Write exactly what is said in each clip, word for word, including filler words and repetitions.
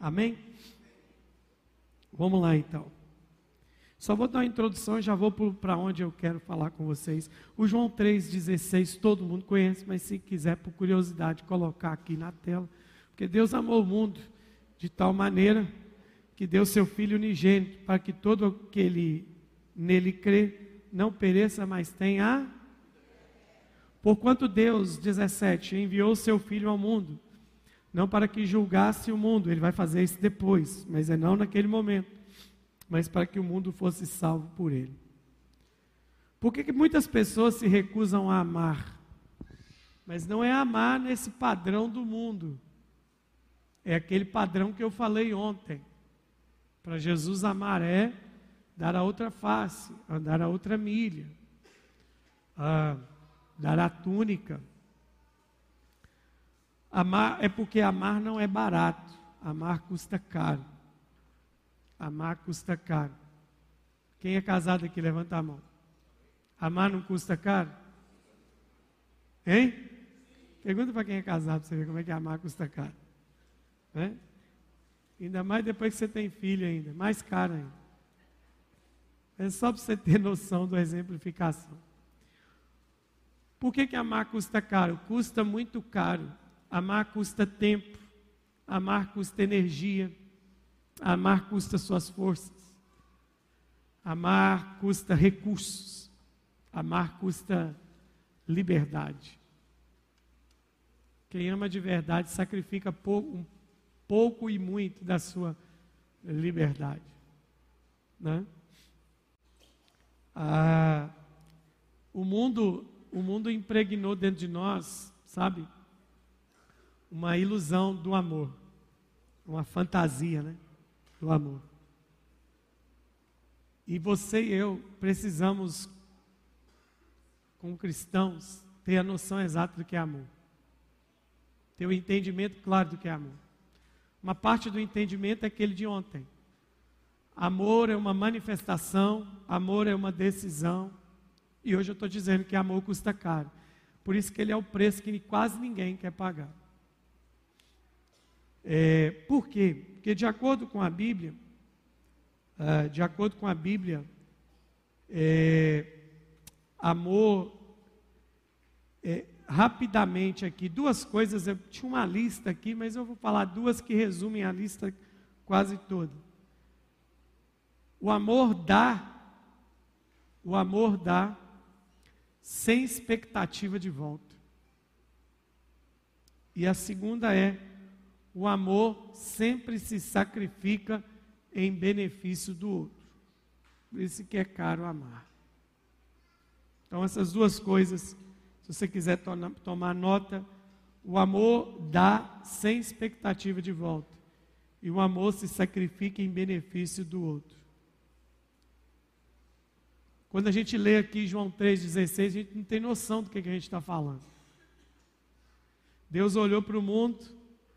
Amém? Vamos lá então. Só vou dar uma introdução e já vou para onde eu quero falar com vocês. O João três dezesseis, todo mundo conhece, mas se quiser, por curiosidade, colocar aqui na tela. Porque Deus amou o mundo de tal maneira que deu seu Filho unigênito, para que todo aquele nele crê não pereça, mas tenha. Porquanto Deus, dezessete, enviou seu Filho ao mundo, não para que julgasse o mundo, ele vai fazer isso depois, mas é não naquele momento, mas para que o mundo fosse salvo por ele. Por que que muitas pessoas se recusam a amar? Mas não é amar nesse padrão do mundo, é aquele padrão que eu falei ontem. Para Jesus amar é dar a outra face, andar a outra milha, a dar a túnica. Amar é porque amar não é barato, amar custa caro. Amar custa caro. Quem é casado aqui, levanta a mão. Amar não custa caro? Hein? Pergunta para quem é casado, para você ver como é que amar custa caro. Né? Ainda mais depois que você tem filho ainda, mais caro ainda. É só para você ter noção da exemplificação. Por que que amar custa caro? Custa muito caro. Amar custa tempo, amar custa energia, amar custa suas forças, amar custa recursos, amar custa liberdade. Quem ama de verdade sacrifica pouco, um pouco e muito da sua liberdade, né? Ah, o mundo, o mundo impregnou dentro de nós, sabe, uma ilusão do amor, uma fantasia, né, do amor. E você e eu precisamos, como cristãos, ter a noção exata do que é amor, ter o entendimento claro do que é amor. Uma parte do entendimento é aquele de ontem. Amor é uma manifestação, amor é uma decisão, e hoje eu estou dizendo que amor custa caro. Por isso que ele é o preço que quase ninguém quer pagar. É, por quê? Porque de acordo com a Bíblia, uh, de acordo com a Bíblia, é, amor, é, rapidamente aqui, duas coisas, eu tinha uma lista aqui, mas eu vou falar duas que resumem a lista quase toda. O amor dá, o amor dá, sem expectativa de volta. E a segunda é, o amor sempre se sacrifica em benefício do outro. Por isso que é caro amar. Então essas duas coisas, se você quiser to- tomar nota, o amor dá sem expectativa de volta. E o amor se sacrifica em benefício do outro. Quando a gente lê aqui João três dezesseis, a gente não tem noção do que, que a gente está falando. Deus olhou para o mundo,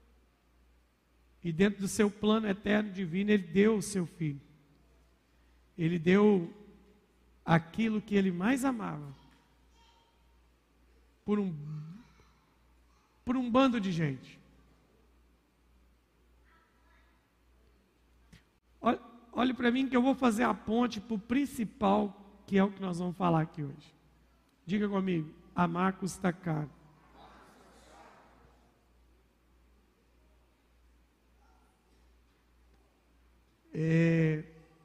e dentro do seu plano eterno divino, Ele deu o seu Filho. Ele deu aquilo que Ele mais amava. Por um, por um bando de gente. Olhe, olhe para mim que eu vou fazer a ponte para o principal, que é o que nós vamos falar aqui hoje. Diga comigo, amar custa caro. É,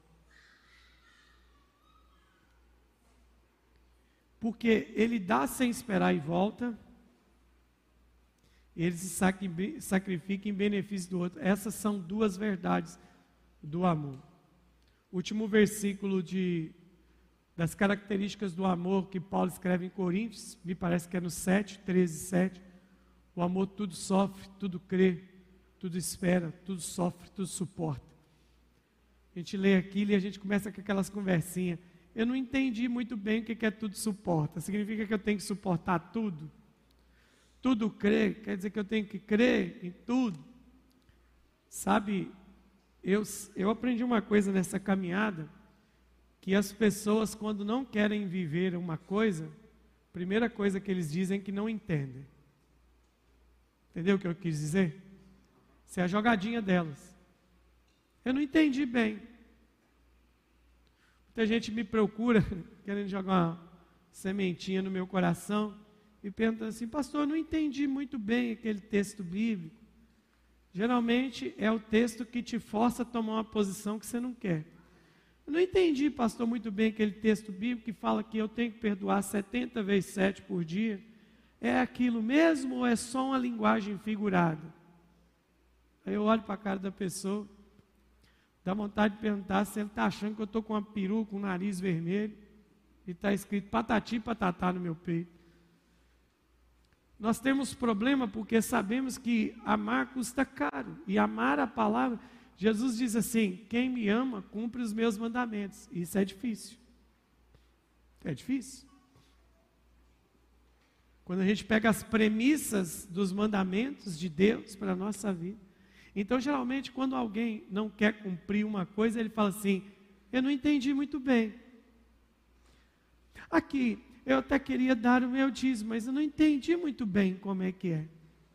porque ele dá sem esperar e volta, ele se sacrifica em benefício do outro. Essas são duas verdades do amor. Último versículo de, das características do amor que Paulo escreve em Coríntios, me parece que é no sete, treze, sete. O amor tudo sofre, tudo crê, tudo espera, tudo sofre, tudo suporta. A gente lê aquilo e a gente começa com aquelas conversinhas. Eu não entendi muito bem o que é tudo suporta. Significa que eu tenho que suportar tudo? Tudo crer, quer dizer que eu tenho que crer em tudo? Sabe, eu, eu aprendi uma coisa nessa caminhada, que as pessoas, quando não querem viver uma coisa, a primeira coisa que eles dizem é que não entendem. Entendeu o que eu quis dizer? Isso é a jogadinha delas. Eu não entendi bem. Muita gente me procura, querendo jogar uma sementinha no meu coração, e perguntando assim, pastor, eu não entendi muito bem aquele texto bíblico. Geralmente é o texto que te força a tomar uma posição que você não quer. Eu não entendi, pastor, muito bem aquele texto bíblico que fala que eu tenho que perdoar setenta vezes sete por dia. É aquilo mesmo ou é só uma linguagem figurada? Aí eu olho para a cara da pessoa, dá vontade de perguntar se ele está achando que eu estou com uma peruca, com um nariz vermelho, e está escrito patati patatá no meu peito. Nós temos problema porque sabemos que amar custa caro, e amar a palavra, Jesus diz assim, quem me ama, cumpre os meus mandamentos. Isso é difícil. É difícil. Quando a gente pega as premissas dos mandamentos de Deus para a nossa vida. Então, geralmente, quando alguém não quer cumprir uma coisa, ele fala assim, eu não entendi muito bem. Aqui, eu até queria dar o meu dízimo, mas eu não entendi muito bem como é que é.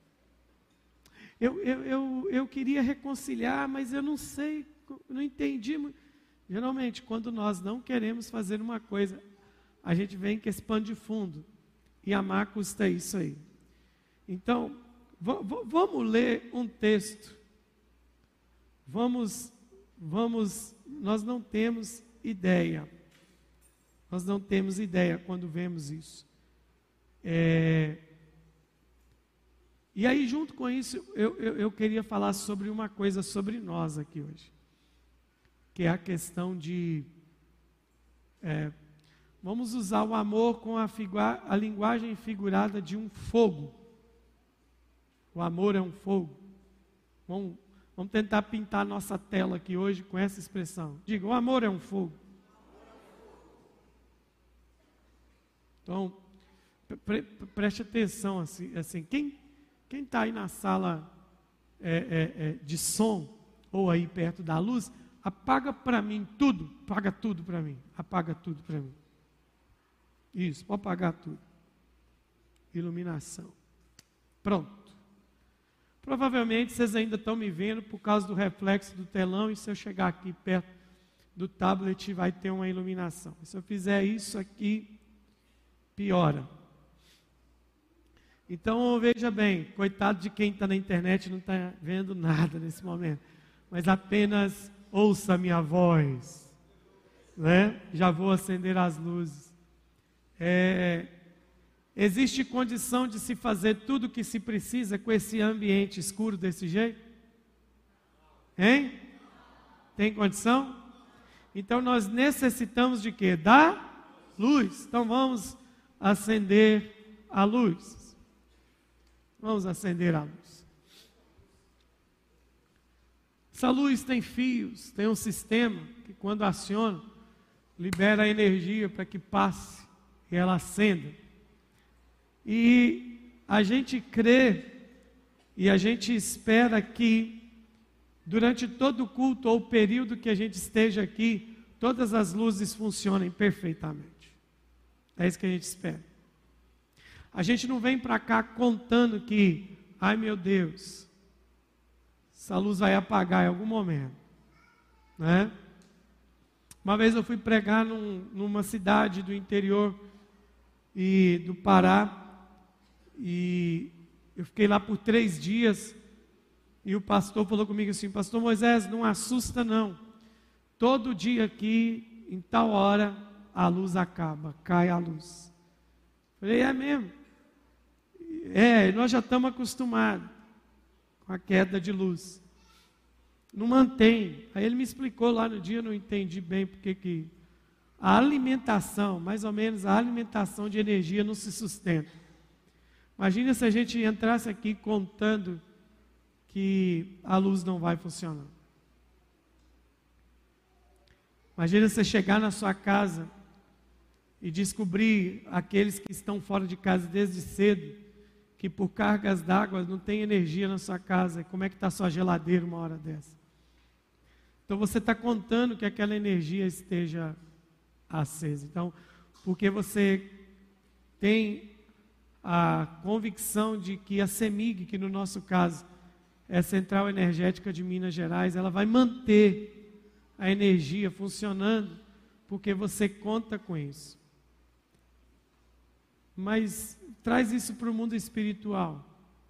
Eu, eu, eu, eu queria reconciliar, mas eu não sei, não entendi muito. Geralmente, quando nós não queremos fazer uma coisa, a gente vem com esse pano de fundo. E amar custa isso aí. Então, vamos ler um texto. Vamos, vamos, nós não temos ideia. Nós não temos ideia quando vemos isso. É, e aí, junto com isso, eu, eu, eu queria falar sobre uma coisa sobre nós aqui hoje. Que é a questão de... É, vamos usar o amor com a, figura, a linguagem figurada de um fogo. O amor é um fogo. Vamos, vamos tentar pintar a nossa tela aqui hoje com essa expressão. Diga, o amor é um fogo. Então, pre, preste atenção assim, assim quem quem está aí na sala é, é, é, de som, ou aí perto da luz, apaga para mim tudo, apaga tudo para mim, apaga tudo para mim. Isso, pode apagar tudo. Iluminação. Pronto. Provavelmente vocês ainda estão me vendo por causa do reflexo do telão, e se eu chegar aqui perto do tablet vai ter uma iluminação. Se eu fizer isso aqui, piora. Então veja bem, coitado de quem está na internet, não está vendo nada nesse momento, mas apenas ouça a minha voz, né? Já vou acender as luzes. É, existe condição de se fazer tudo o que se precisa com esse ambiente escuro desse jeito? Hein? Tem condição? Então nós necessitamos de quê? Da luz. Então vamos acender a luz. Vamos acender a luz. Essa luz tem fios, tem um sistema que quando aciona, libera energia para que passe e ela acenda. E a gente crê e a gente espera que durante todo o culto ou o período que a gente esteja aqui, todas as luzes funcionem perfeitamente. É isso que a gente espera. A gente não vem para cá contando que, ai meu Deus, essa luz vai apagar em algum momento, né? Uma vez eu fui pregar num, numa cidade do interior e, do Pará, e eu fiquei lá por três dias, e o pastor falou comigo assim, pastor Moisés, não assusta não, todo dia aqui, em tal hora, a luz acaba, cai a luz. Falei, é mesmo? É, nós já estamos acostumados com a queda de luz. Não mantém. Aí ele me explicou lá no dia, eu não entendi bem porque que a alimentação, mais ou menos a alimentação de energia não se sustenta. Imagina se a gente entrasse aqui contando que a luz não vai funcionar. Imagina você chegar na sua casa e descobrir aqueles que estão fora de casa desde cedo, que por cargas d'água não tem energia na sua casa. Como é que está a sua geladeira uma hora dessa? Então você está contando que aquela energia esteja acesa. Então, porque você tem a convicção de que a CEMIG, que no nosso caso é a central energética de Minas Gerais, ela vai manter a energia funcionando, porque você conta com isso. Mas traz isso para o mundo espiritual.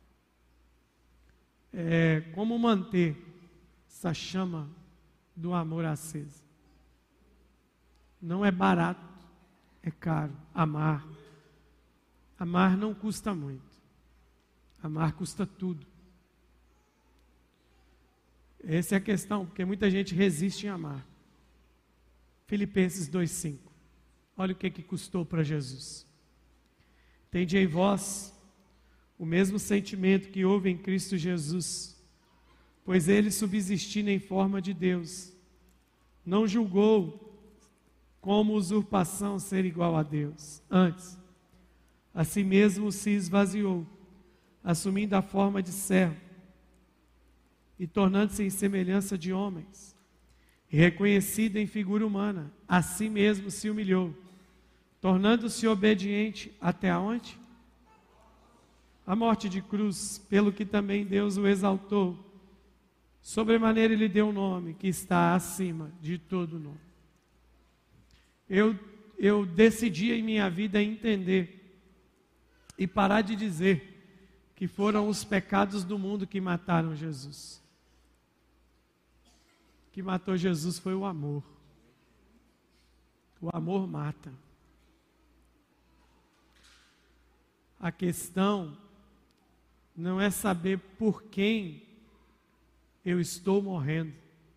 É, como manter essa chama do amor acesa? Não é barato, é caro. Amar. Amar não custa muito. Amar custa tudo. Essa é a questão, porque muita gente resiste em amar. Filipenses dois, cinco. Olha o que, que custou para Jesus. Tende em vós o mesmo sentimento que houve em Cristo Jesus, pois ele, subsistindo em forma de Deus, não julgou como usurpação ser igual a Deus. Antes, a si mesmo se esvaziou, assumindo a forma de servo, e tornando-se em semelhança de homens, e reconhecido em figura humana, a si mesmo se humilhou, tornando-se obediente até aonde? A morte de cruz, pelo que também Deus o exaltou. Sobremaneira ele deu um nome que está acima de todo nome. Eu, eu decidi em minha vida entender e parar de dizer que foram os pecados do mundo que mataram Jesus. O que matou Jesus foi o amor. O amor mata. A questão não é saber por quem eu estou morrendo.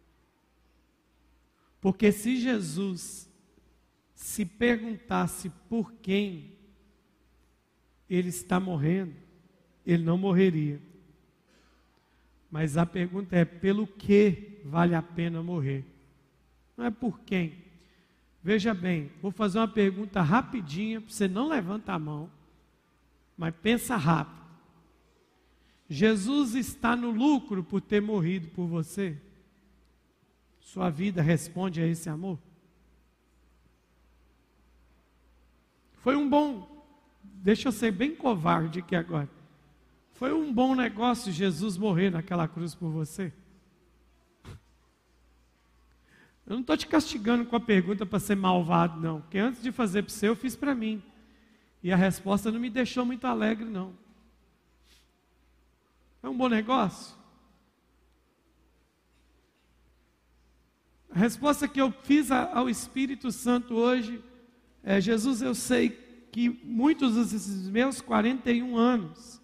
Porque se Jesus se perguntasse por quem ele está morrendo, ele não morreria. Mas a pergunta é pelo que vale a pena morrer. Não é por quem. Veja bem, vou fazer uma pergunta rapidinha, você não levanta a mão, mas pensa rápido. Jesus está no lucro por ter morrido por você? Sua vida responde a esse amor? Foi um bom, deixa eu ser bem covarde aqui agora. Foi um bom negócio Jesus morrer naquela cruz por você? Eu não estou te castigando com a pergunta para ser malvado, não. Porque antes de fazer para você, eu fiz para mim. E a resposta não me deixou muito alegre, não. É um bom negócio? A resposta que eu fiz ao Espírito Santo hoje é: Jesus, eu sei que muitos desses meus quarenta e um anos,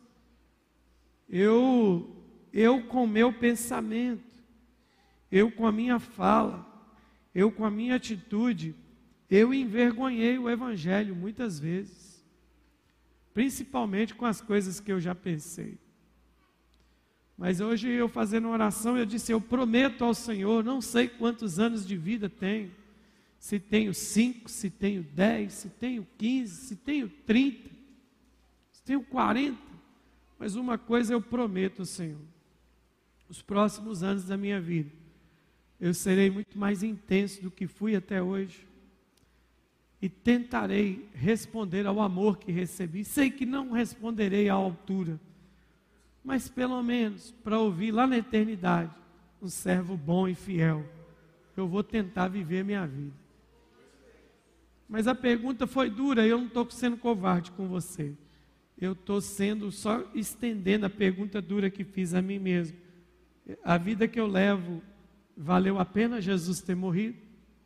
eu, eu com meu pensamento, eu com a minha fala, eu com a minha atitude, eu envergonhei o Evangelho muitas vezes, principalmente com as coisas que eu já pensei. Mas hoje eu fazendo uma oração, eu disse: eu prometo ao Senhor, não sei quantos anos de vida tenho, se tenho cinco, se tenho dez, se tenho quinze, se tenho trinta, se tenho quarenta, mas uma coisa eu prometo ao Senhor: os próximos anos da minha vida, eu serei muito mais intenso do que fui até hoje, e tentarei responder ao amor que recebi. Sei que não responderei à altura, mas pelo menos para ouvir lá na eternidade um servo bom e fiel, eu vou tentar viver a minha vida. Mas a pergunta foi dura, eu não estou sendo covarde com você, eu estou sendo só estendendo a pergunta dura que fiz a mim mesmo. A vida que eu levo, valeu a pena Jesus ter morrido?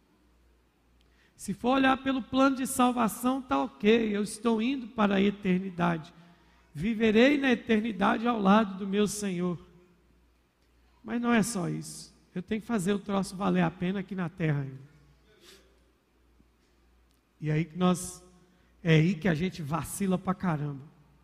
Se for olhar pelo plano de salvação, está ok, eu estou indo para a eternidade, viverei na eternidade ao lado do meu Senhor. Mas não é só isso, eu tenho que fazer o troço valer a pena aqui na terra ainda. E aí que nós, é aí que a gente vacila pra caramba.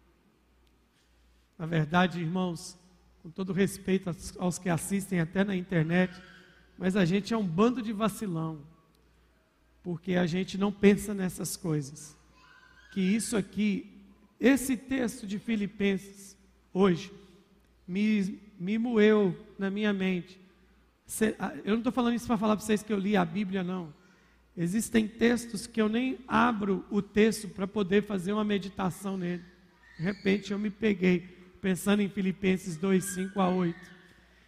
Na verdade, irmãos, com todo respeito aos, aos que assistem até na internet, mas a gente é um bando de vacilão, porque a gente não pensa nessas coisas. Que isso aqui, esse texto de Filipenses, hoje, me, me moeu na minha mente. Eu não estou falando isso para falar para vocês que eu li a Bíblia, não. Existem textos que eu nem abro o texto para poder fazer uma meditação nele. De repente eu me peguei pensando em Filipenses dois, cinco a oito.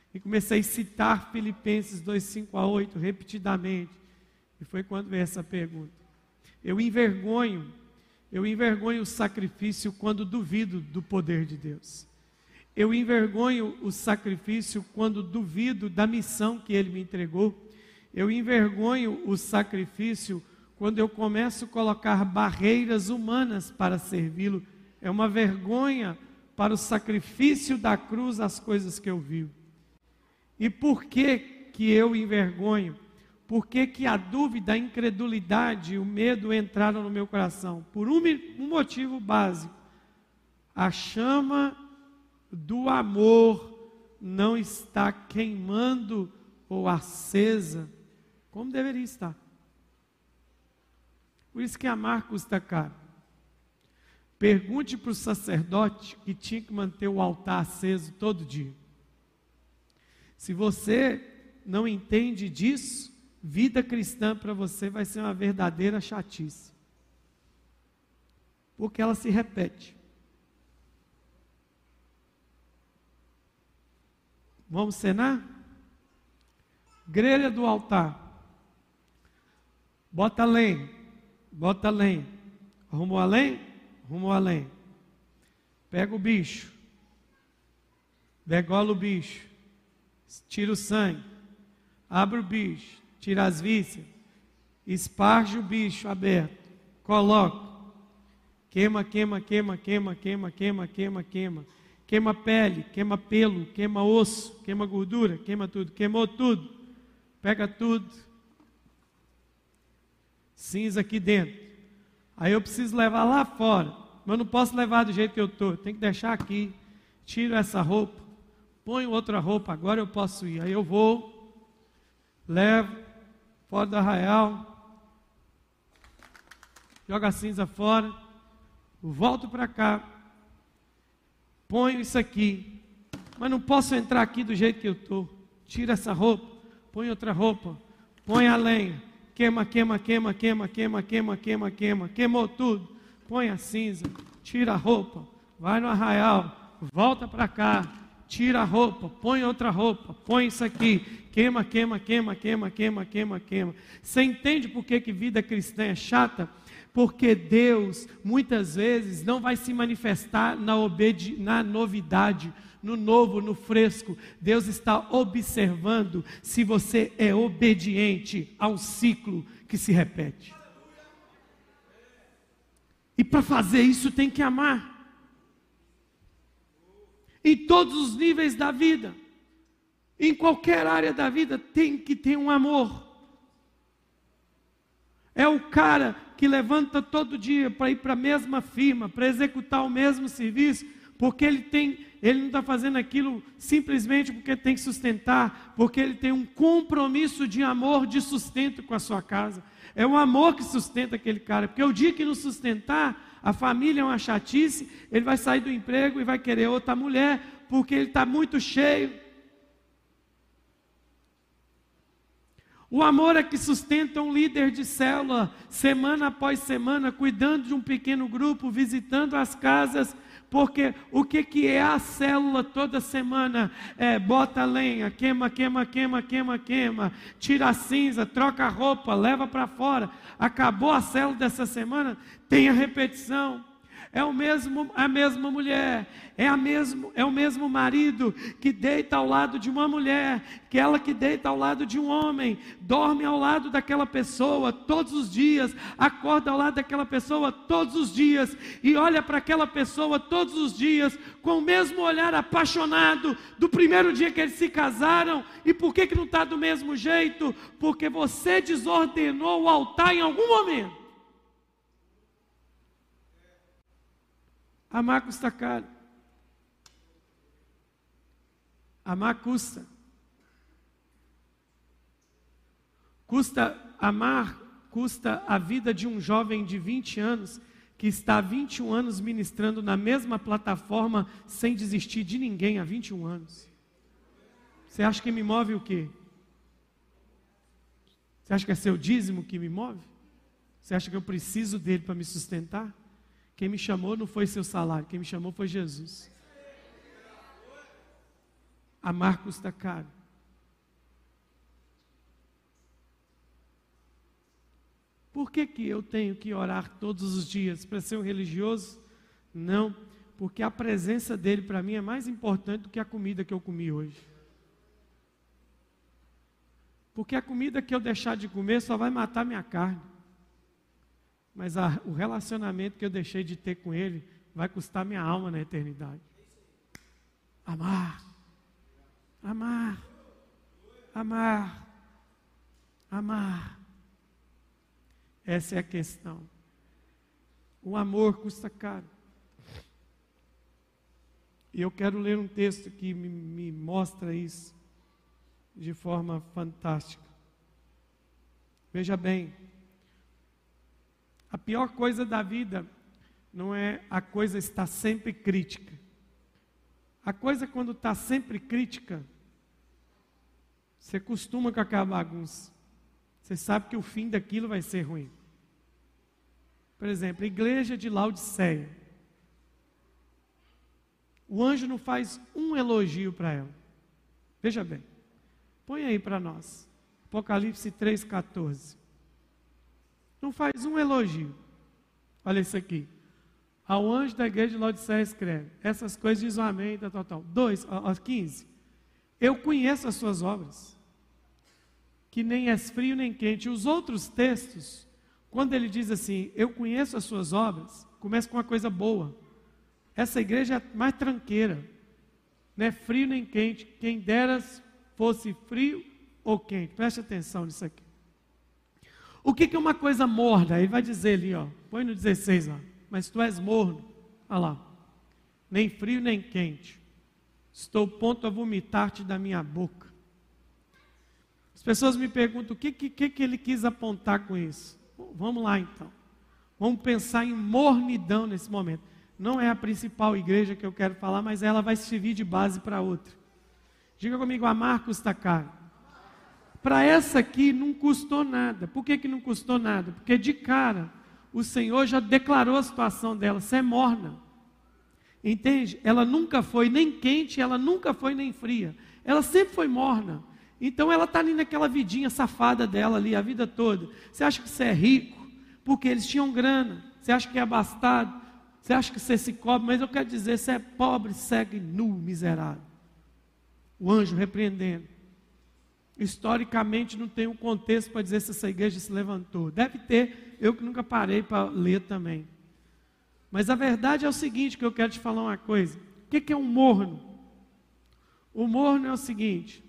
E comecei a citar Filipenses dois, cinco a oito repetidamente. E foi quando veio essa pergunta. Eu envergonho, eu envergonho o sacrifício quando duvido do poder de Deus. Eu envergonho o sacrifício quando duvido da missão que Ele me entregou. Eu envergonho o sacrifício quando eu começo a colocar barreiras humanas para servi-lo. É uma vergonha para o sacrifício da cruz as coisas que eu vivo. E por que que eu envergonho? Por que que a dúvida, a incredulidade e o medo entraram no meu coração? Por um, um motivo básico. A chama do amor não está queimando ou acesa como deveria estar. Por isso que amar custa caro. Pergunte para o sacerdote que tinha que manter o altar aceso todo dia. Se você não entende disso, vida cristã para você vai ser uma verdadeira chatice. Porque ela se repete. Vamos cenar? Grelha do altar. Bota lenha. Bota lenha. Arrumou a lenha? Arrumou a lenha. Pega o bicho. Degola o bicho. Tira o sangue. Abre o bicho. Tira as vísceras. Esparge o bicho aberto. Coloca. Queima, queima, queima, queima, queima, queima, queima, queima. Queima pele, queima pelo, queima osso, queima gordura, queima tudo. Queimou tudo. Pega tudo. Cinza aqui dentro. Aí eu preciso levar lá fora. Mas eu não posso levar do jeito que eu estou. Tem que deixar aqui. Tiro essa roupa. Ponho outra roupa. Agora eu posso ir. Aí eu vou. Levo. Fora do arraial. Jogo a cinza fora. Volto para cá. Ponho isso aqui. Mas não posso entrar aqui do jeito que eu estou. Tira essa roupa. Põe outra roupa. Põe a lenha. Queima, queima, queima, queima, queima, queima, queima, queima. Queimou tudo. Põe a cinza. Tira a roupa. Vai no arraial. Volta para cá. Tira a roupa. Põe outra roupa. Põe isso aqui. Queima, queima, queima, queima, queima, queima, queima. Você entende por que que vida cristã é chata? Porque Deus, muitas vezes, não vai se manifestar na, obedi- na novidade, no novo, no fresco. Deus está observando se você é obediente a um ciclo que se repete. E para fazer isso tem que amar. Em todos os níveis da vida, em qualquer área da vida, tem que ter um amor. É o cara que levanta todo dia para ir para a mesma firma, para executar o mesmo serviço, porque ele tem, ele não está fazendo aquilo simplesmente porque tem que sustentar, porque ele tem um compromisso de amor, de sustento com a sua casa. É o amor que sustenta aquele cara, porque o dia que não sustentar, a família é uma chatice, ele vai sair do emprego e vai querer outra mulher, porque ele está muito cheio. O amor é que sustenta um líder de célula, semana após semana, cuidando de um pequeno grupo, visitando as casas, porque o que, que é a célula toda semana? É, bota lenha, queima, queima, queima, queima, queima, tira a cinza, troca a roupa, leva para fora. Acabou a célula dessa semana, tem a repetição. É o mesmo, a mesma mulher, é, a mesmo, é o mesmo marido que deita ao lado de uma mulher, que ela que deita ao lado de um homem, dorme ao lado daquela pessoa todos os dias, acorda ao lado daquela pessoa todos os dias, e olha para aquela pessoa todos os dias, com o mesmo olhar apaixonado, do primeiro dia que eles se casaram. E por que que não está do mesmo jeito? Porque você desordenou o altar em algum momento. Amar custa caro. Amar custa. Custa amar, custa a vida de um jovem de vinte anos, que está há vinte e um anos ministrando na mesma plataforma, sem desistir de ninguém há vinte e um anos. Você acha que me move o quê? Você acha que é seu dízimo que me move? Você acha que eu preciso dele para me sustentar? Quem me chamou não foi seu salário, quem me chamou foi Jesus. Amar custa caro. Por que que eu tenho que orar todos os dias? Para ser um religioso? Não, porque a presença dele para mim é mais importante do que a comida que eu comi hoje. Porque a comida que eu deixar de comer só vai matar minha carne. Mas a, o relacionamento que eu deixei de ter com ele vai custar minha alma na eternidade. Amar. Amar. Amar. Amar. Essa é a questão. O amor custa caro. E eu quero ler um texto que me, me mostra isso de forma fantástica. Veja bem, a pior coisa da vida não é a coisa estar sempre crítica. A coisa quando está sempre crítica, você costuma com aquela bagunça. Você sabe que o fim daquilo vai ser ruim. Por exemplo, a igreja de Laodiceia. O anjo não faz um elogio para ela. Veja bem. Põe aí para nós. Apocalipse três, catorze. Não faz um elogio. Olha isso aqui. Ao anjo da igreja de Laodiceia escreve. Essas coisas diz o amém, tal, tal, tal. dois, quinze. Eu conheço as suas obras. Que nem és frio nem quente. Os outros textos, quando ele diz assim, eu conheço as suas obras, começa com uma coisa boa. Essa igreja é mais tranqueira. Não é frio nem quente. Quem deras fosse frio ou quente. Preste atenção nisso aqui. O que, que é uma coisa morna? Ele vai dizer ali, ó, põe no dezesseis lá. Mas tu és morno. Olha lá. Nem frio nem quente. Estou pronto a vomitar-te da minha boca. As pessoas me perguntam, o que, que, que ele quis apontar com isso? Bom, vamos lá então. Vamos pensar em mornidão nesse momento. Não é a principal igreja que eu quero falar, mas ela vai servir de base para outra. Diga comigo, amar custa caro. Para essa aqui não custou nada. Por que que não custou nada? Porque de cara, o Senhor já declarou a situação dela, você é morna. Entende? Ela nunca foi nem quente, ela nunca foi nem fria. Ela sempre foi morna. Então ela está ali naquela vidinha safada dela ali a vida toda. Você acha que você é rico? Porque eles tinham grana. Você acha que é abastado? Você acha que você se cobre? Mas eu quero dizer, você é pobre, cego e nu, miserável. O anjo repreendendo. Historicamente não tem um contexto para dizer se essa igreja se levantou. Deve ter, eu que nunca parei para ler também. Mas a verdade é o seguinte, que eu quero te falar uma coisa. O que é um morno? O morno é o seguinte.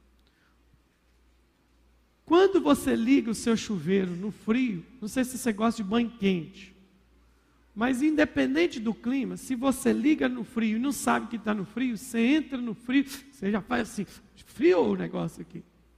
Quando você liga o seu chuveiro no frio, não sei se você gosta de banho quente, mas independente do clima, se você liga no frio e não sabe que está no frio, você entra no frio, você já faz assim, frio o negócio aqui.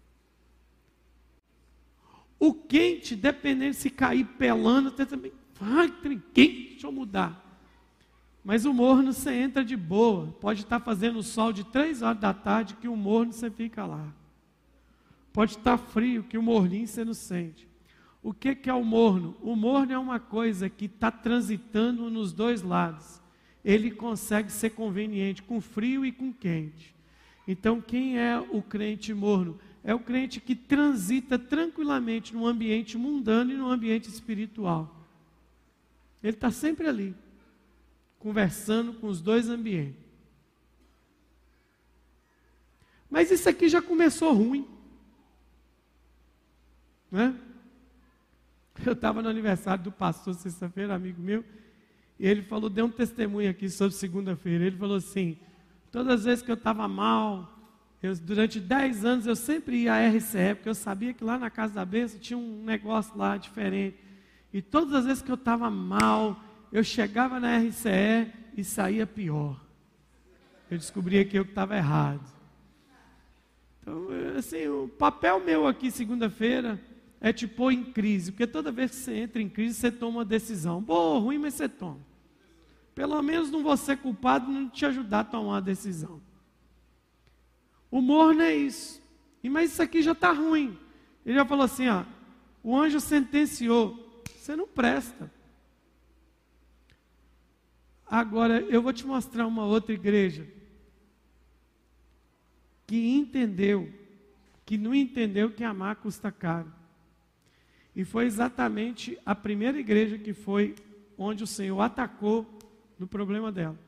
O quente, dependendo se cair pelando, até também, ai, trem quente, deixa eu mudar. Mas o morno você entra de boa, pode estar fazendo sol de três horas da tarde, que o morno você fica lá. Pode estar frio, que o morninho você não sente. O que, que é o morno? O morno é uma coisa que está transitando nos dois lados. Ele consegue ser conveniente com frio e com quente. Então, quem é o crente morno? É o crente que transita tranquilamente num ambiente mundano e num ambiente espiritual. Ele está sempre ali, conversando com os dois ambientes. Mas isso aqui já começou ruim. Né? Eu estava no aniversário do pastor sexta-feira, amigo meu, e ele falou, deu um testemunho aqui sobre segunda-feira. Ele falou assim, todas as vezes que eu estava mal, eu, durante dez anos eu sempre ia à R C E, porque eu sabia que lá na Casa da Bênção tinha um negócio lá diferente. E todas as vezes que eu estava mal, eu chegava na R C E e saía pior. Eu descobria que eu estava errado. Então, assim, o papel meu aqui segunda-feira é te pôr em crise, porque toda vez que você entra em crise, você toma uma decisão. Boa ou ruim, mas você toma. Pelo menos não vou ser culpado, não te ajudar a tomar uma decisão. O morno é isso. E, mas isso aqui já está ruim. Ele já falou assim, ó, o anjo sentenciou, você não presta. Agora, eu vou te mostrar uma outra igreja. que entendeu, que não entendeu que amar custa caro. E foi exatamente a primeira igreja que foi onde o Senhor atacou no problema dela.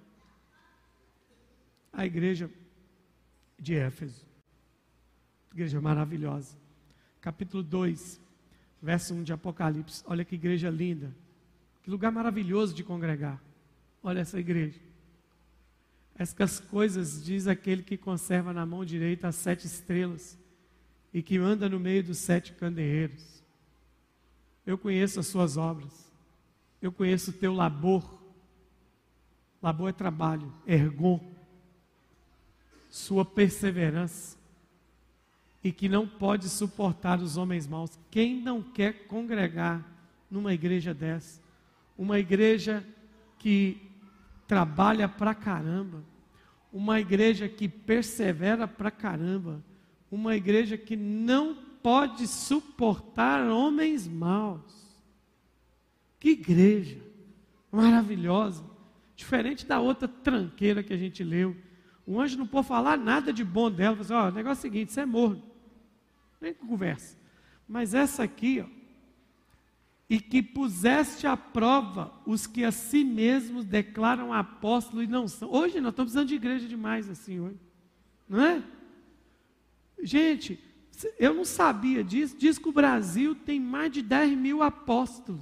A igreja de Éfeso. Igreja maravilhosa. Capítulo dois, verso um de Apocalipse. Olha que igreja linda. Que lugar maravilhoso de congregar. Olha essa igreja. Essas coisas diz aquele que conserva na mão direita as sete estrelas e que anda no meio dos sete candeeiros. Eu conheço as suas obras. Eu conheço o teu labor. Labor é trabalho, ergon. Sua perseverança. E que não pode suportar os homens maus. Quem não quer congregar numa igreja dessa? Uma igreja que trabalha pra caramba. Uma igreja que persevera pra caramba. Uma igreja que não pode suportar homens maus. Que igreja maravilhosa. Diferente da outra tranqueira que a gente leu. O anjo não pode falar nada de bom dela. Fala assim, ó, o negócio é o seguinte, você é morno. Nem conversa. Mas essa aqui, ó. E que puseste à prova os que a si mesmos declaram apóstolos e não são. Hoje nós estamos precisando de igreja demais assim hoje. Não é? Gente, eu não sabia disso. Diz que o Brasil tem mais de dez mil apóstolos.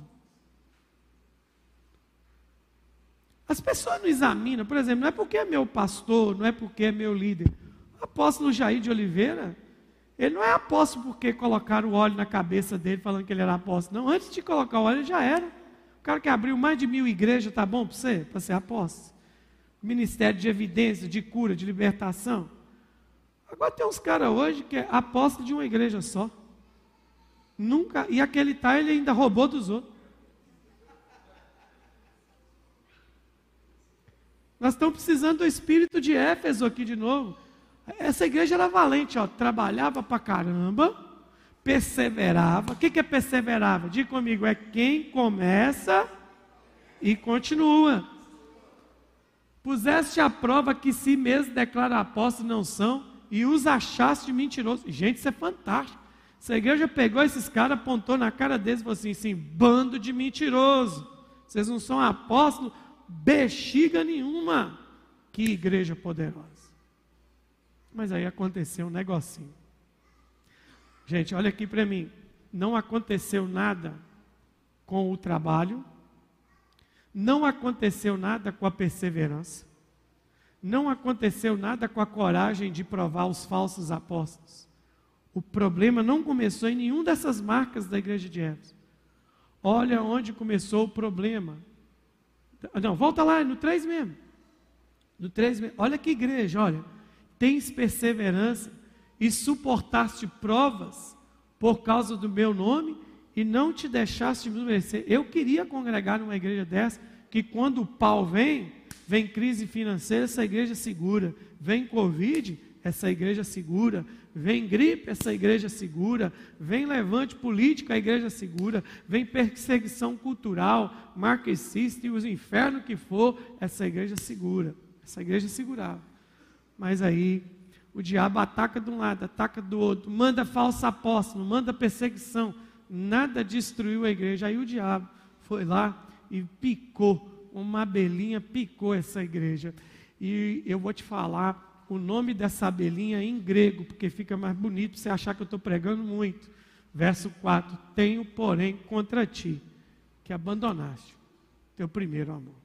As pessoas não examinam, por exemplo, não é porque é meu pastor, não é porque é meu líder. O apóstolo Jair de Oliveira, ele não é apóstolo porque colocaram o óleo na cabeça dele falando que ele era apóstolo. Não, antes de colocar o óleo ele já era. O cara que abriu mais de mil igrejas, tá bom para você? Para ser apóstolo? Ministério de evidência, de cura, de libertação. Agora tem uns caras hoje que é apóstolo de uma igreja só. Nunca, e aquele tá, ele ainda roubou dos outros. Nós estamos precisando do espírito de Éfeso aqui de novo. Essa igreja era valente, ó, trabalhava pra caramba, perseverava. O que, que é perseverava? Diga comigo, é quem começa e continua. Puseste à prova que si mesmo declara apóstolos não são e os achaste mentirosos. Gente, isso é fantástico. Essa igreja pegou esses caras, apontou na cara deles e falou assim, assim, bando de mentiroso. Vocês não são apóstolos? Bexiga nenhuma. Que igreja poderosa. Mas aí aconteceu um negocinho. Gente, olha aqui para mim. Não aconteceu nada com o trabalho. Não aconteceu nada com a perseverança. Não aconteceu nada com a coragem de provar os falsos apóstolos. O problema não começou em nenhuma dessas marcas da igreja de Éfeso. Olha onde começou o problema. Não, volta lá, no três mesmo. No três mesmo. Olha que igreja, olha. Tens perseverança e suportaste provas por causa do meu nome e não te deixaste me merecer. Eu queria congregar numa igreja dessa, que quando o pau vem, vem crise financeira, essa igreja segura. Vem Covid, essa igreja segura. Vem gripe, essa igreja segura. Vem levante político, a igreja segura. Vem perseguição cultural, marxista e os infernos que for, essa igreja segura. Essa igreja segurava. Mas aí, o diabo ataca de um lado, ataca do outro, manda falso apóstolo, manda perseguição. Nada destruiu a igreja. Aí o diabo foi lá e picou, uma abelhinha picou essa igreja. E eu vou te falar o nome dessa abelhinha em grego, porque fica mais bonito para você achar que eu estou pregando muito. Verso quatro, tenho porém contra ti, que abandonaste teu primeiro amor.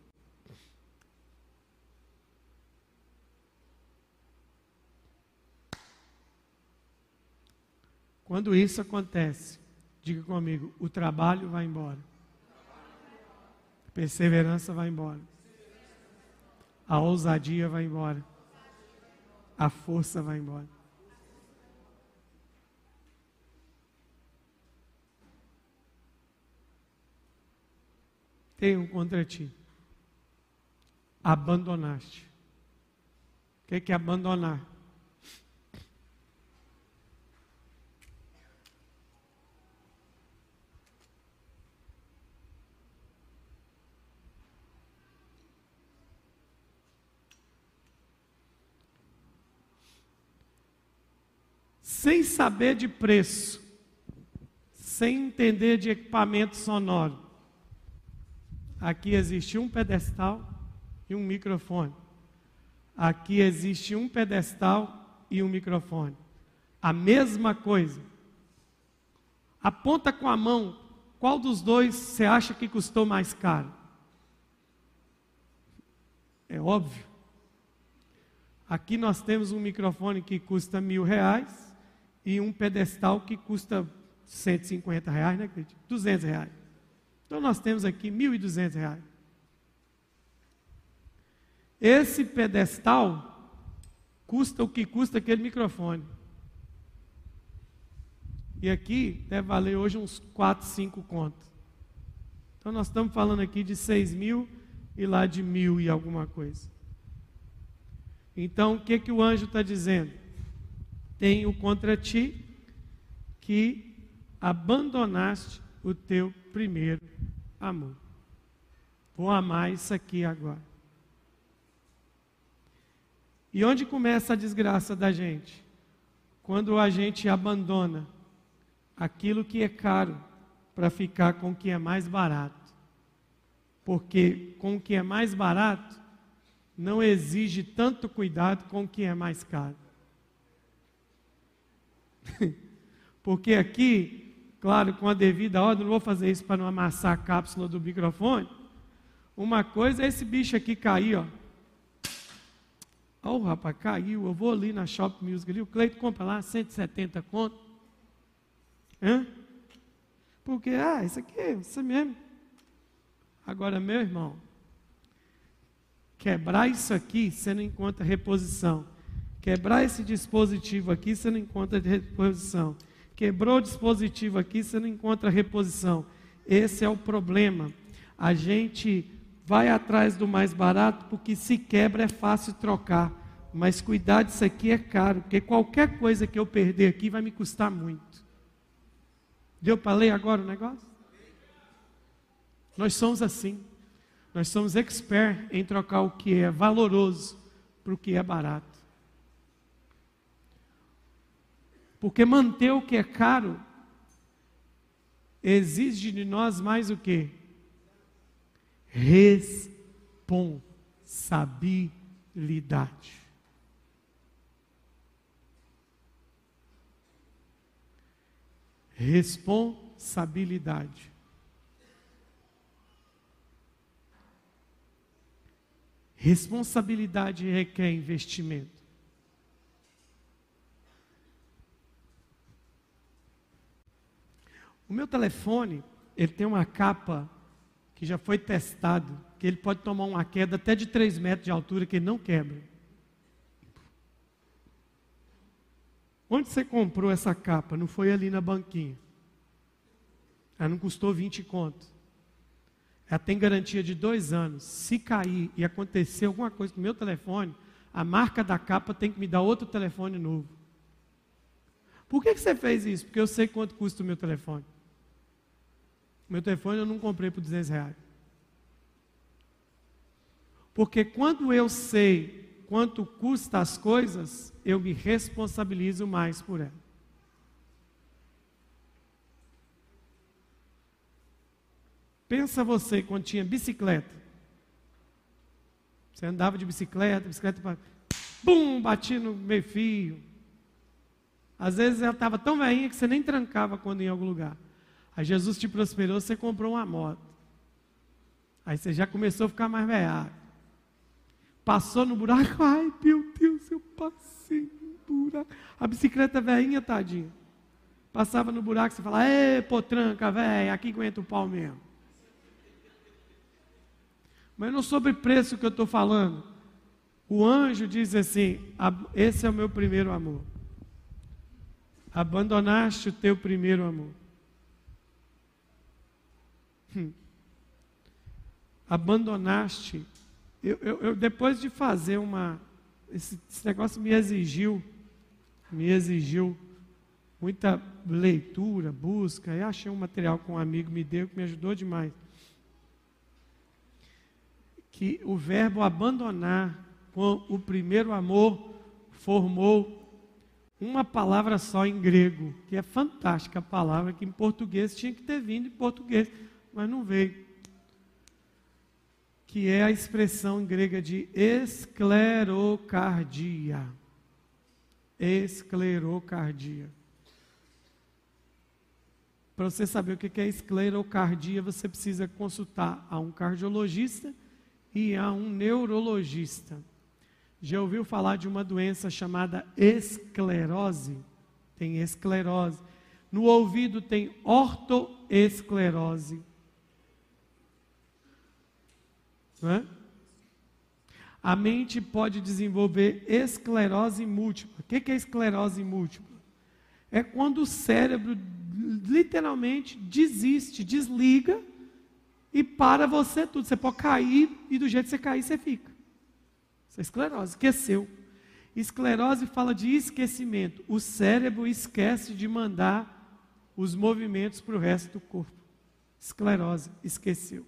Quando isso acontece, diga comigo, o trabalho vai embora. A perseverança vai embora. A ousadia vai embora. A força vai embora. Tenho contra ti. Abandonaste. O que é que é abandonar? sem saber de preço, sem entender de equipamento sonoro. Aqui existe um pedestal e um microfone. Aqui existe um pedestal e um microfone. A mesma coisa. Aponta com a mão, qual dos dois você acha que custou mais caro? É óbvio. Aqui nós temos um microfone que custa mil reais e um pedestal que custa cento e cinquenta reais, né, Cleiton? duzentos reais. Então nós temos aqui mil e duzentos reais. Esse pedestal custa o que custa aquele microfone. E aqui deve valer hoje uns quatro, cinco contos. Então nós estamos falando aqui de seis mil e lá de mil e alguma coisa. Então o que, que o anjo está dizendo? Tenho contra ti que abandonaste o teu primeiro amor. Vou amar isso aqui agora. E onde começa a desgraça da gente? Quando a gente abandona aquilo que é caro para ficar com o que é mais barato. Porque com o que é mais barato não exige tanto cuidado com o que é mais caro. Porque aqui, claro, com a devida ordem, não vou fazer isso para não amassar a cápsula do microfone. Uma coisa é esse bicho aqui cair, ó. Ó, oh, rapaz, caiu. Eu vou ali na Shop Music ali, o Cleiton compra lá cento e setenta conto. Hã? Porque, ah, isso aqui é isso mesmo. Agora, meu irmão, quebrar isso aqui, você não encontra reposição. Quebrar esse dispositivo aqui, você não encontra reposição. Quebrou o dispositivo aqui, você não encontra reposição. Esse é o problema. A gente vai atrás do mais barato, porque se quebra é fácil trocar. Mas cuidar disso aqui é caro, porque qualquer coisa que eu perder aqui vai me custar muito. Deu para ler agora o negócio? Nós somos assim. Nós somos expert em trocar o que é valoroso para o que é barato. Porque manter o que é caro exige de nós mais o quê? Responsabilidade. Responsabilidade. Responsabilidade requer investimento. O meu telefone, ele tem uma capa que já foi testado, que ele pode tomar uma queda até de três metros de altura, que ele não quebra. Onde você comprou essa capa? Não foi ali na banquinha. Ela não custou vinte conto. Ela tem garantia de dois anos. Se cair e acontecer alguma coisa com o meu telefone, a marca da capa tem que me dar outro telefone novo. Por que que você fez isso? Porque eu sei quanto custa o meu telefone. O meu telefone eu não comprei por duzentos reais. Porque quando eu sei quanto custa as coisas, eu me responsabilizo mais por ela. Pensa você quando tinha bicicleta. Você andava de bicicleta, bicicleta, bum, batia no meio fio. Às vezes ela estava tão velhinha que você nem trancava quando ia em algum lugar. Aí Jesus te prosperou, você comprou uma moto. Aí você já começou a ficar mais velhaco. Passou no buraco, ai meu Deus, eu passei no buraco. A bicicleta velhinha, tadinha. Passava no buraco, você fala, ê, potranca, velho, aqui aguenta o pau mesmo. Mas não sobre preço que eu estou falando. O anjo diz assim, esse é o meu primeiro amor. Abandonaste o teu primeiro amor. Hum. Abandonaste. Eu, eu, eu, depois de fazer uma... Esse, esse negócio me exigiu, me exigiu muita leitura, busca. Eu achei um material que um amigo me deu que me ajudou demais. Que o verbo abandonar com o primeiro amor formou uma palavra só em grego, que é fantástica a palavra, que em português tinha que ter vindo em português, mas não veio. Que é a expressão grega de esclerocardia. Esclerocardia. Para você saber o que é esclerocardia, você precisa consultar a um cardiologista e a um neurologista. Já ouviu falar de uma doença chamada esclerose? Tem esclerose. No ouvido tem ortoesclerose. Não é? A mente pode desenvolver esclerose múltipla. O que é esclerose múltipla? É quando o cérebro literalmente desiste, desliga e para você tudo. Você pode cair e do jeito que você cair, você fica. Isso é esclerose, esqueceu. Esclerose fala de esquecimento. O cérebro esquece de mandar os movimentos para o resto do corpo. Esclerose, esqueceu.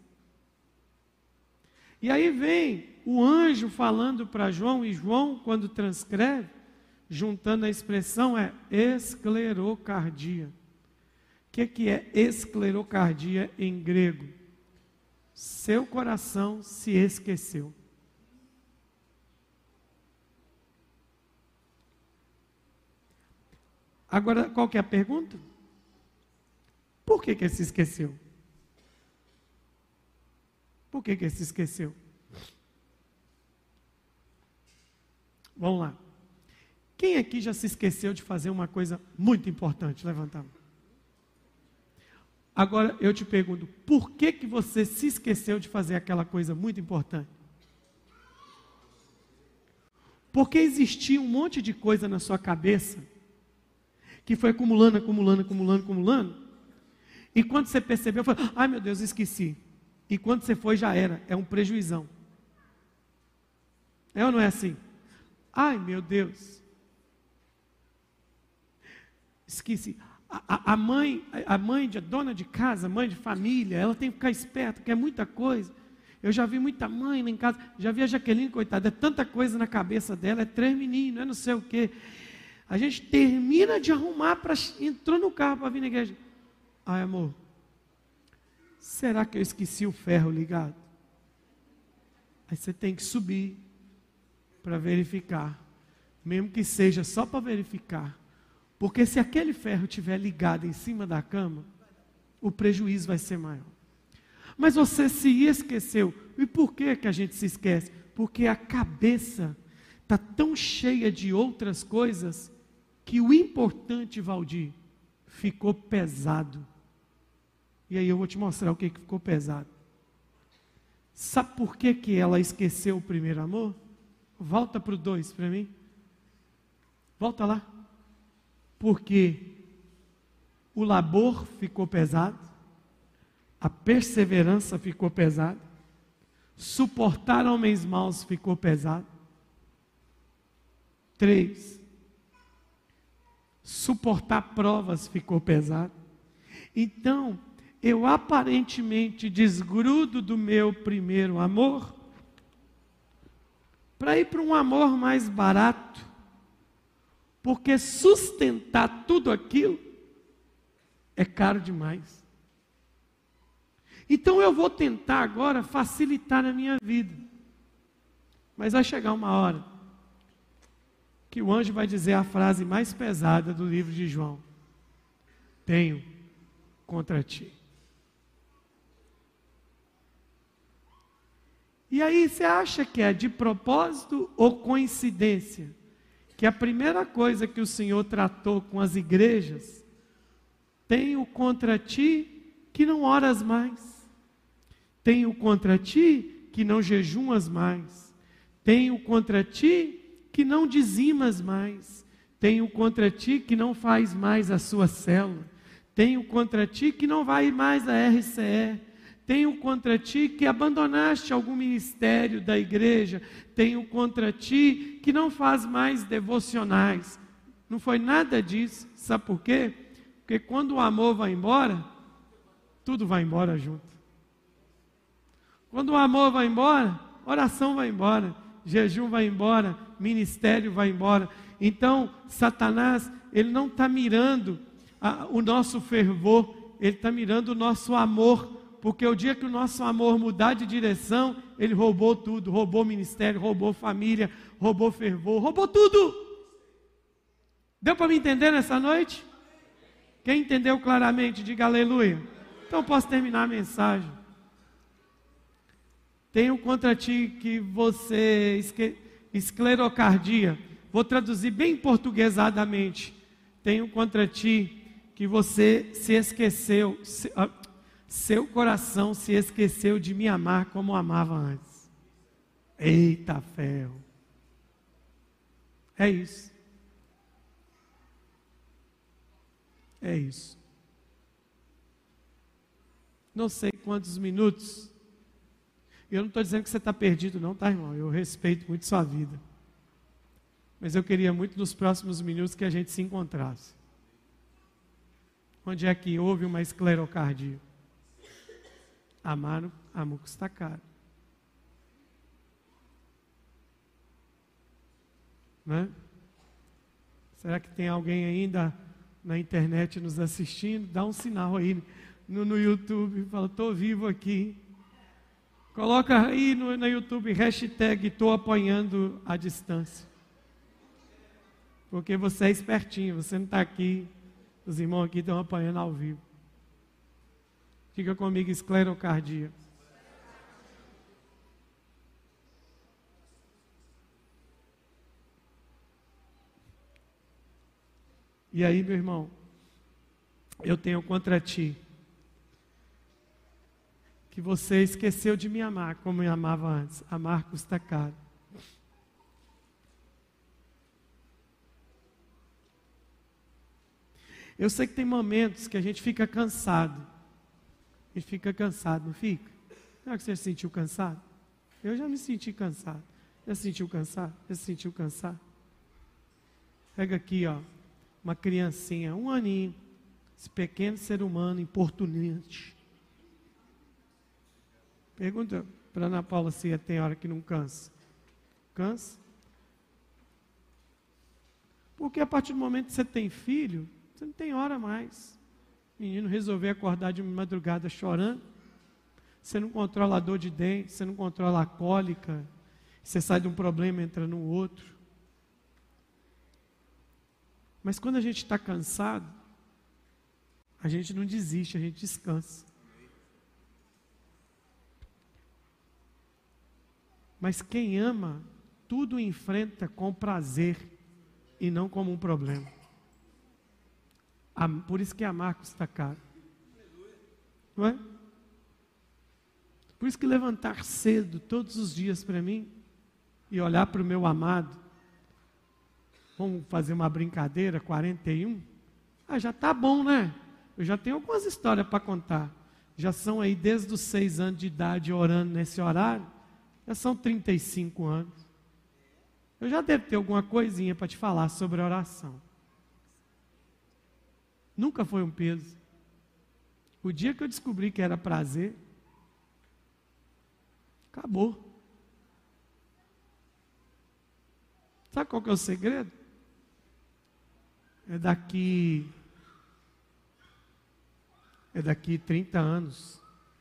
E aí vem o anjo falando para João, e João, quando transcreve, juntando a expressão, é esclerocardia. O que, que é esclerocardia em grego? Seu coração se esqueceu. Agora, qual que é a pergunta? Por que, que ele se esqueceu? Por que, que ele se esqueceu? Vamos lá. Quem aqui já se esqueceu de fazer uma coisa muito importante? Levanta a mão. Agora eu te pergunto, por que, que você se esqueceu de fazer aquela coisa muito importante? Porque existia um monte de coisa na sua cabeça que foi acumulando, acumulando, acumulando, acumulando. E quando você percebeu, foi, ai meu Deus, esqueci. E quando você foi, já era. É um prejuizão. É ou não é assim? Ai meu Deus. Esqueci. A, a mãe, a mãe de a dona de casa, mãe de família, ela tem que ficar esperta, quer muita coisa. Eu já vi muita mãe lá em casa, já vi a Jaqueline, coitada, é tanta coisa na cabeça dela, é três meninos, é não sei o quê. A gente termina de arrumar, pra, entrou no carro para vir na igreja. Ai amor, será que eu esqueci o ferro ligado? Aí você tem que subir para verificar, mesmo que seja só para verificar. Porque se aquele ferro estiver ligado em cima da cama, o prejuízo vai ser maior. Mas você se esqueceu. E por que que a gente se esquece? Porque a cabeça está tão cheia de outras coisas que o importante, Valdir, ficou pesado. E aí eu vou te mostrar o que, que ficou pesado. Sabe por que, que ela esqueceu o primeiro amor? Volta para o dois para mim. Volta lá. Porque o labor ficou pesado, a perseverança ficou pesada, suportar homens maus ficou pesado. Três, suportar provas ficou pesado. Então, eu aparentemente desgrudo do meu primeiro amor, para ir para um amor mais barato, porque sustentar tudo aquilo é caro demais. Então eu vou tentar agora facilitar a minha vida. Mas vai chegar uma hora que o anjo vai dizer a frase mais pesada do livro de João: tenho contra ti. E aí você acha que é de propósito ou coincidência que a primeira coisa que o Senhor tratou com as igrejas: tenho contra ti que não oras mais, tenho contra ti que não jejuas mais, tenho contra ti que não dizimas mais, tenho contra ti que não faz mais a sua célula, tenho contra ti que não vai mais à R C E, tenho contra ti que abandonaste algum ministério da igreja, tenho contra ti que não faz mais devocionais. Não foi nada disso, sabe por quê? Porque quando o amor vai embora, tudo vai embora junto. Quando o amor vai embora, oração vai embora, jejum vai embora, ministério vai embora. Então, Satanás, ele não está mirando a, o nosso fervor, ele está mirando o nosso amor, porque o dia que o nosso amor mudar de direção, ele roubou tudo, roubou ministério, roubou família, roubou fervor, roubou tudo. Deu para me entender nessa noite? Quem entendeu claramente, diga aleluia. Então posso terminar a mensagem. Tenho contra ti que você, esque, esclerocardia, vou traduzir bem portuguesadamente. Tenho contra ti que você se esqueceu, se, uh, seu coração se esqueceu de me amar como amava antes. Eita ferro. É isso. É isso. Não sei quantos minutos. Eu não estou dizendo que você está perdido não, tá, irmão? Eu respeito muito sua vida. Mas eu queria muito nos próximos minutos que a gente se encontrasse. Onde é que houve uma esclerocardia? Amar, amor custa caro. Né? Será que tem alguém ainda na internet nos assistindo? Dá um sinal aí no, no YouTube, fala, estou vivo aqui. Coloca aí no, no YouTube, hashtag, estou apanhando a distância. Porque você é espertinho, você não está aqui, os irmãos aqui estão apanhando ao vivo. Fica comigo, esclerocardia. E aí, meu irmão, eu tenho contra ti que você esqueceu de me amar como me amava antes. Amar custa caro. Eu sei que tem momentos que a gente fica cansado. A gente fica cansado, não fica? Não é que você se sentiu cansado? Eu já me senti cansado. Já se sentiu cansado? Já se sentiu cansado? Pega aqui, ó. Uma criancinha, um aninho, esse pequeno ser humano importunante. Pergunta para Ana Paula se tem hora que não cansa. Cansa? Porque a partir do momento que você tem filho, você não tem hora mais. O menino resolver acordar de madrugada chorando, você não controla a dor de dente, você não controla a cólica, você sai de um problema e entra no outro. Mas quando a gente está cansado, a gente não desiste, a gente descansa. Mas quem ama, tudo enfrenta com prazer e não como um problema. Por isso que amar custa caro. Não é? Por isso que levantar cedo todos os dias para mim e olhar para o meu amado, vamos fazer uma brincadeira, quarenta e um, ah, já está bom, né? Eu já tenho algumas histórias para contar. Já são aí desde os seis anos de idade orando nesse horário, já são trinta e cinco anos. Eu já devo ter alguma coisinha para te falar sobre a oração. Nunca foi um peso. O dia que eu descobri que era prazer, acabou. Sabe qual que é o segredo? É daqui, é daqui trinta anos.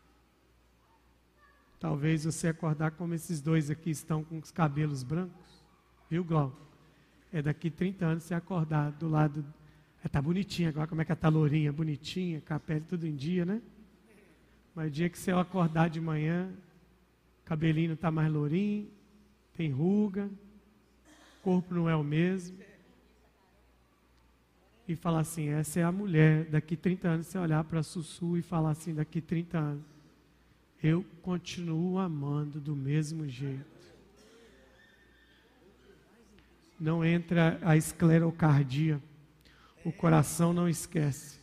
Talvez você acordar como esses dois aqui estão com os cabelos brancos. Viu, Glauco? É daqui trinta anos você acordar do lado. Está bonitinha agora, como é que ela está lourinha, bonitinha, com a pele tudo em dia, né? Mas o dia que você acordar de manhã, o cabelinho não está mais lourinho, tem ruga, o corpo não é o mesmo. E falar assim, essa é a mulher, daqui trinta anos você olhar para a Sussu e falar assim, daqui trinta anos, eu continuo amando do mesmo jeito. Não entra a esclerocardia. O coração não esquece.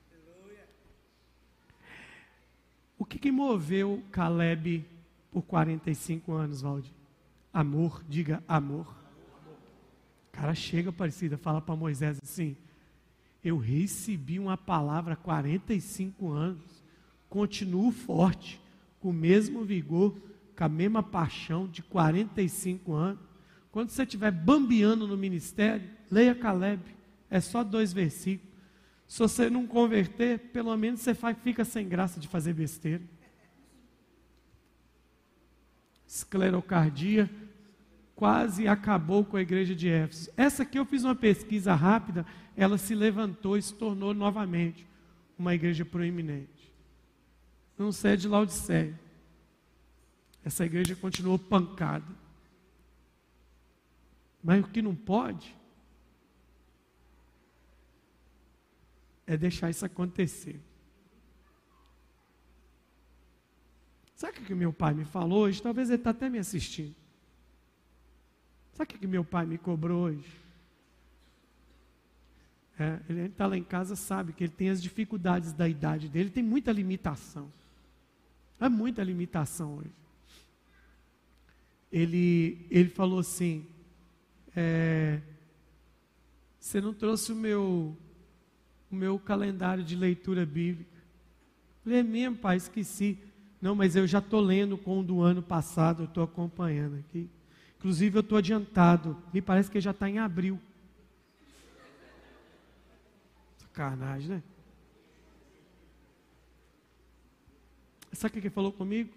O que, que moveu Caleb por quarenta e cinco anos, Valdir? Amor, diga amor. O cara chega, Aparecida, fala para Moisés assim, eu recebi uma palavra há quarenta e cinco anos, continuo forte, com o mesmo vigor, com a mesma paixão de quarenta e cinco anos. Quando você estiver bambeando no ministério, leia Caleb, é só dois versículos. Se você não converter, pelo menos você fica sem graça de fazer besteira. Esclerocardia quase acabou com a igreja de Éfeso. Essa aqui eu fiz uma pesquisa rápida, ela se levantou e se tornou novamente uma igreja proeminente. Não sei é de Laodiceia. Essa igreja continuou pancada. Mas o que não pode é deixar isso acontecer. Sabe o que meu pai me falou hoje? Talvez ele está até me assistindo. Sabe o que meu pai me cobrou hoje? É, ele está lá em casa, sabe que ele tem as dificuldades da idade dele, tem muita limitação. É muita limitação hoje. Ele, ele falou assim, é, você não trouxe o meu, o meu calendário de leitura bíblica. Eu falei, é mesmo, pai, esqueci. Não, mas eu já estou lendo com o do ano passado, eu estou acompanhando aqui. Inclusive eu estou adiantado, me parece que já está em abril. Sacanagem, né? Sabe o que ele falou comigo?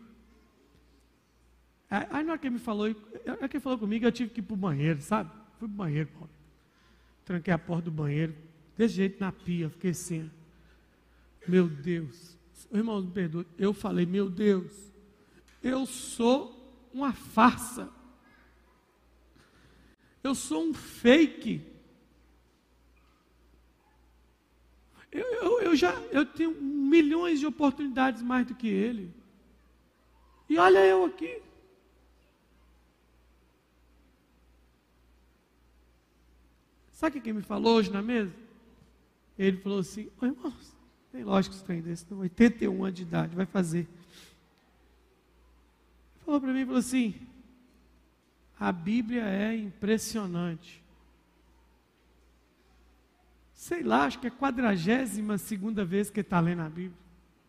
Aí na hora que ele me falou, na hora que ele falou comigo, eu tive que ir para o banheiro, sabe? Fui para o banheiro, Paulo. Tranquei a porta do banheiro, desse jeito na pia, fiquei assim. Meu Deus, irmão, me perdoe. Eu falei, meu Deus, eu sou uma farsa. Eu sou um fake. Eu, eu, eu já eu tenho milhões de oportunidades mais do que ele. E olha eu aqui. Sabe o que ele me falou hoje na mesa? Ele falou assim, oh, irmãos, tem lógico que você tem desse, não, oitenta e um anos de idade, vai fazer. Ele falou para mim, falou assim, a Bíblia é impressionante. Sei lá, acho que é a quadragésima segunda vez que ele está lendo a Bíblia.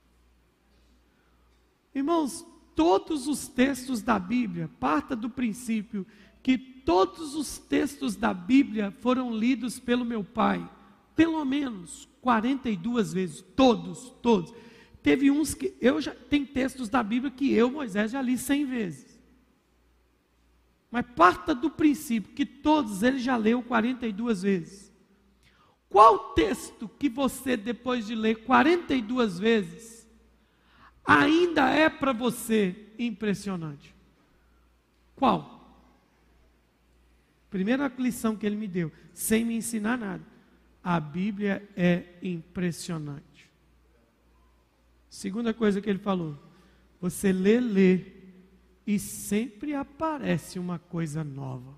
Irmãos, todos os textos da Bíblia, parta do princípio que todos os textos da Bíblia foram lidos pelo meu pai, pelo menos quarenta e duas vezes, todos, todos. Teve uns que, eu já, tem textos da Bíblia que eu, Moisés, já li cem vezes. Mas parta do princípio que todos ele já leu quarenta e duas vezes. Qual texto que você, depois de ler quarenta e duas vezes, ainda é para você impressionante? Qual? Primeira lição que ele me deu, sem me ensinar nada. A Bíblia é impressionante. Segunda coisa que ele falou, você lê, lê, e sempre aparece uma coisa nova.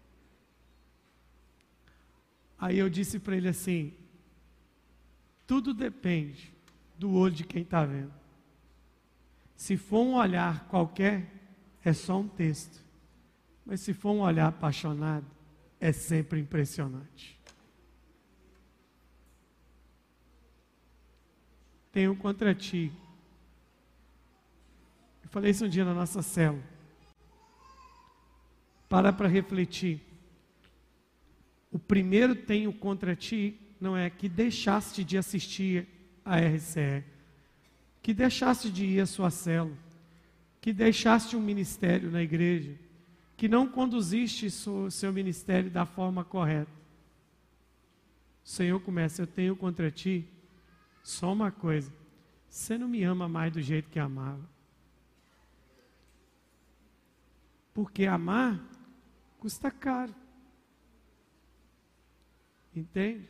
Aí eu disse para ele assim, tudo depende do olho de quem está vendo. Se for um olhar qualquer, é só um texto. Mas se for um olhar apaixonado, é sempre impressionante. Tenho contra ti. Eu falei isso um dia na nossa célula. Para para refletir. O primeiro tenho contra ti, não é que deixaste de assistir a R C E, que deixaste de ir à sua célula, que deixaste um ministério na igreja, que não conduziste o seu ministério da forma correta. O Senhor começa, eu tenho contra ti só uma coisa, você não me ama mais do jeito que amava. Porque amar custa caro. Entende?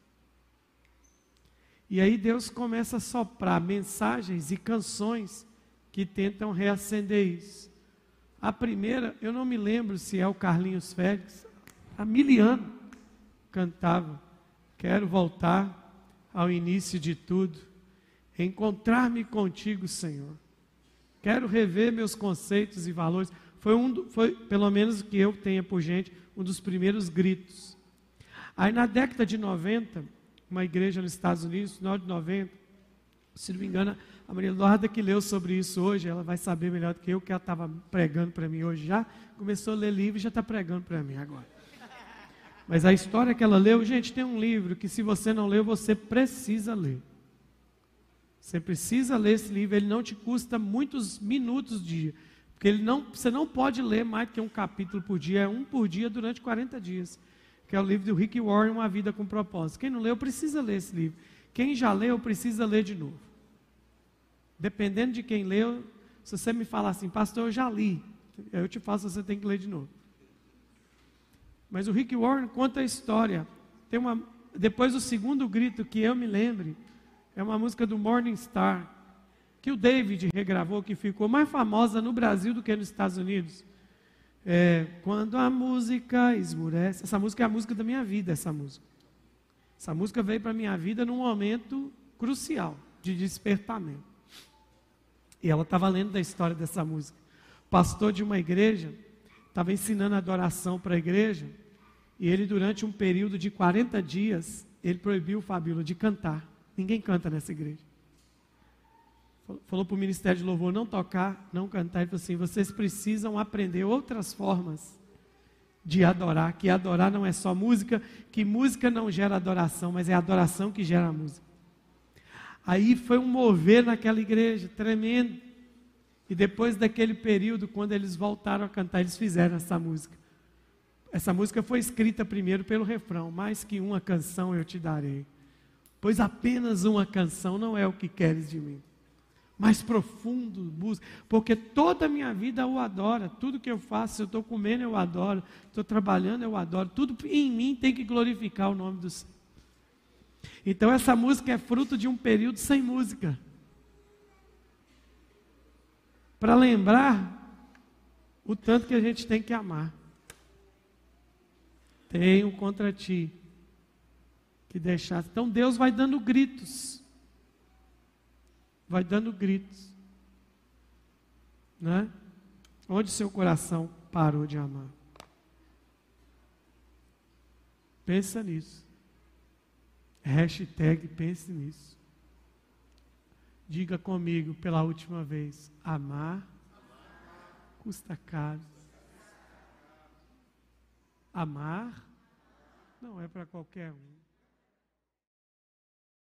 E aí Deus começa a soprar mensagens e canções que tentam reacender isso. A primeira, eu não me lembro se é o Carlinhos Félix, a Miliano cantava, quero voltar ao início de tudo, encontrar-me contigo, Senhor. Quero rever meus conceitos e valores. Foi, um, foi, pelo menos que eu tenha por gente, um dos primeiros gritos. Aí na década de noventa, uma igreja nos Estados Unidos, no final de noventa, se não me engano, a Maria Eduarda que leu sobre isso hoje, ela vai saber melhor do que eu, que ela estava pregando para mim hoje já, começou a ler livro e já está pregando para mim agora. Mas a história que ela leu, gente, tem um livro que se você não leu, você precisa ler. Você precisa ler esse livro, ele não te custa muitos minutos dia. Porque ele não, você não pode ler mais do que um capítulo por dia, é um por dia durante quarenta dias. Que é o livro do Rick Warren, Uma Vida com Propósito. Quem não leu, precisa ler esse livro. Quem já leu, precisa ler de novo. Dependendo de quem leu, se você me falar assim, pastor, eu já li, eu te faço, você tem que ler de novo. Mas o Rick Warren conta a história. Tem uma, depois do segundo grito, que eu me lembre, é uma música do Morning Star, que o David regravou, que ficou mais famosa no Brasil do que nos Estados Unidos. É, quando a música esmurece. Essa música é a música da minha vida, essa música. Essa música veio para a minha vida num momento crucial, de despertamento. E ela estava lendo da história dessa música. O pastor de uma igreja estava ensinando adoração para a igreja, e ele, durante um período de quarenta dias, ele proibiu o Fabíola de cantar. Ninguém canta nessa igreja. Falou para o Ministério de Louvor não tocar, não cantar. Ele falou assim, vocês precisam aprender outras formas de adorar, que adorar não é só música, que música não gera adoração, mas é a adoração que gera a música. Aí foi um mover naquela igreja, tremendo. E depois daquele período, quando eles voltaram a cantar, eles fizeram essa música. Essa música foi escrita primeiro pelo refrão, mais que uma canção eu te darei. Pois apenas uma canção não é o que queres de mim. Mais profundo, busca, porque toda a minha vida eu adoro, tudo que eu faço, se eu estou comendo eu adoro, estou trabalhando eu adoro, tudo em mim tem que glorificar o nome do Senhor. Então essa música é fruto de um período sem música, para lembrar o tanto que a gente tem que amar. Tenho contra ti que deixasse. Então Deus vai dando gritos. Vai dando gritos, né? Onde seu coração parou de amar? Pensa nisso. Hashtag pense nisso. Diga comigo pela última vez: amar custa caro. Amar não é para qualquer um.